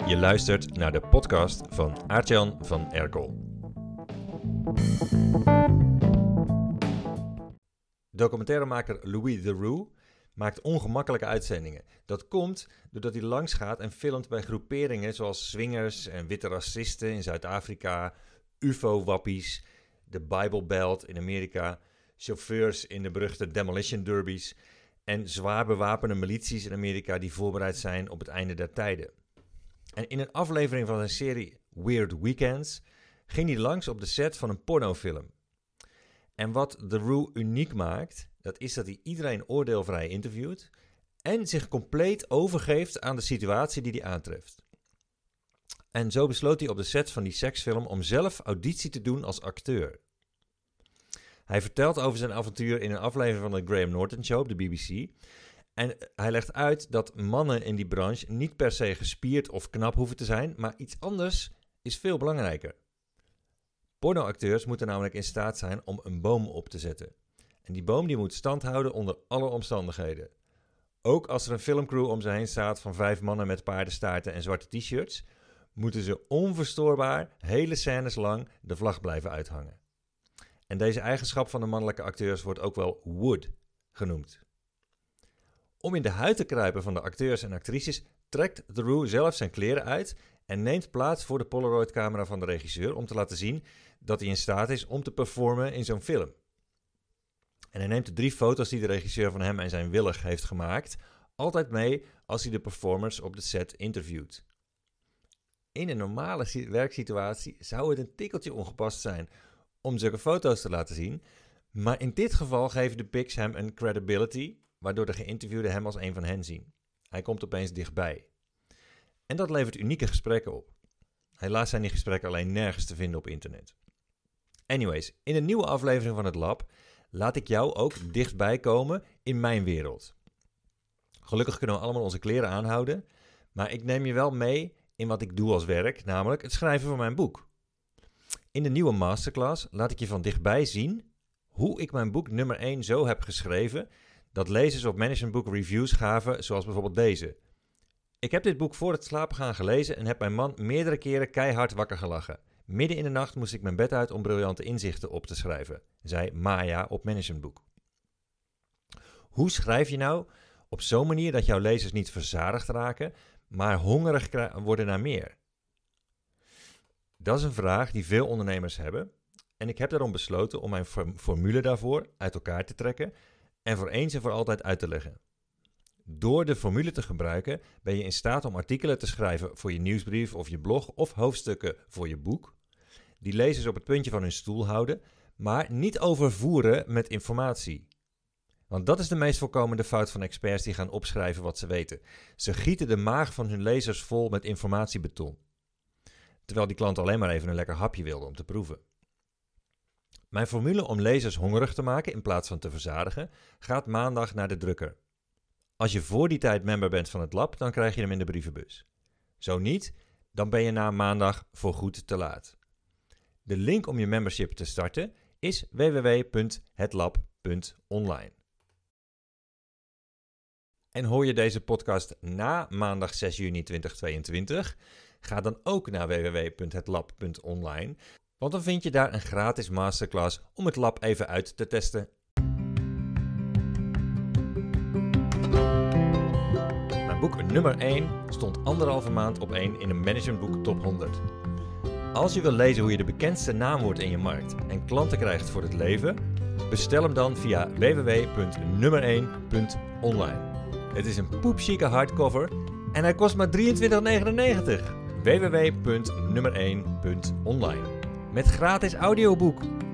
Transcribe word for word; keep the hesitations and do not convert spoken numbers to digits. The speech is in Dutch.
Je luistert naar de podcast van Aart-Jan van Erkel. Documentairemaker Louis Theroux maakt ongemakkelijke uitzendingen. Dat komt doordat hij langs gaat en filmt bij groeperingen zoals swingers en witte racisten in Zuid-Afrika, U F O-wappies, de Bible Belt in Amerika, chauffeurs in de beruchte demolition derbies en zwaar bewapende milities in Amerika die voorbereid zijn op het einde der tijden. En in een aflevering van zijn serie Weird Weekends ging hij langs op de set van een pornofilm. En wat Theroux uniek maakt, dat is dat hij iedereen oordeelvrij interviewt en zich compleet overgeeft aan de situatie die hij aantreft. En zo besloot hij op de set van die seksfilm om zelf auditie te doen als acteur. Hij vertelt over zijn avontuur in een aflevering van de Graham Norton Show op de B B C. En hij legt uit dat mannen in die branche niet per se gespierd of knap hoeven te zijn, maar iets anders is veel belangrijker. Pornoacteurs moeten namelijk in staat zijn om een boom op te zetten. En die boom die moet stand houden onder alle omstandigheden. Ook als er een filmcrew om ze heen staat van vijf mannen met paardenstaarten en zwarte t-shirts, moeten ze onverstoorbaar hele scènes lang de vlag blijven uithangen. En deze eigenschap van de mannelijke acteurs wordt ook wel wood genoemd. Om in de huid te kruipen van de acteurs en actrices trekt Theroux zelf zijn kleren uit en neemt plaats voor de Polaroid-camera van de regisseur om te laten zien dat hij in staat is om te performen in zo'n film. En hij neemt de drie foto's die de regisseur van hem en zijn willig heeft gemaakt altijd mee als hij de performers op de set interviewt. In een normale werksituatie zou het een tikkeltje ongepast zijn om zulke foto's te laten zien, maar in dit geval geven de pics hem een credibility, waardoor de geïnterviewden hem als een van hen zien. Hij komt opeens dichtbij. En dat levert unieke gesprekken op. Helaas zijn die gesprekken alleen nergens te vinden op internet. Anyways, in een nieuwe aflevering van het Lab laat ik jou ook dichtbij komen in mijn wereld. Gelukkig kunnen we allemaal onze kleren aanhouden, maar ik neem je wel mee in wat ik doe als werk, namelijk het schrijven van mijn boek. In de nieuwe masterclass laat ik je van dichtbij zien hoe ik mijn boek nummer één zo heb geschreven dat lezers op managementboek reviews gaven, zoals bijvoorbeeld deze. Ik heb dit boek voor het slapen gaan gelezen en heb mijn man meerdere keren keihard wakker gelachen. Midden in de nacht moest ik mijn bed uit om briljante inzichten op te schrijven, zei Maya op managementboek. Hoe schrijf je nou op zo'n manier dat jouw lezers niet verzadigd raken, maar hongerig worden naar meer? Dat is een vraag die veel ondernemers hebben en ik heb daarom besloten om mijn formule daarvoor uit elkaar te trekken en voor eens en voor altijd uit te leggen. Door de formule te gebruiken ben je in staat om artikelen te schrijven voor je nieuwsbrief of je blog of hoofdstukken voor je boek, die lezers op het puntje van hun stoel houden, maar niet overvoeren met informatie. Want dat is de meest voorkomende fout van experts die gaan opschrijven wat ze weten. Ze gieten de maag van hun lezers vol met informatiebeton, terwijl die klant alleen maar even een lekker hapje wilde om te proeven. Mijn formule om lezers hongerig te maken in plaats van te verzadigen gaat maandag naar de drukker. Als je voor die tijd member bent van het lab, dan krijg je hem in de brievenbus. Zo niet, dan ben je na maandag voorgoed te laat. De link om je membership te starten is w w w punt het lab punt online. En hoor je deze podcast na maandag zes juni tweeduizend tweeëntwintig? Ga dan ook naar w w w punt het lab punt online, want dan vind je daar een gratis masterclass om het lab even uit te testen. Mijn boek nummer één stond anderhalve maand op één in een managementboek top honderd. Als je wil lezen hoe je de bekendste naam wordt in je markt en klanten krijgt voor het leven, bestel hem dan via w w w punt nummer één punt online. Het is een poepchique hardcover en hij kost maar drieëntwintig negenennegentig. w w w punt nummer één punt online. Met gratis audioboek.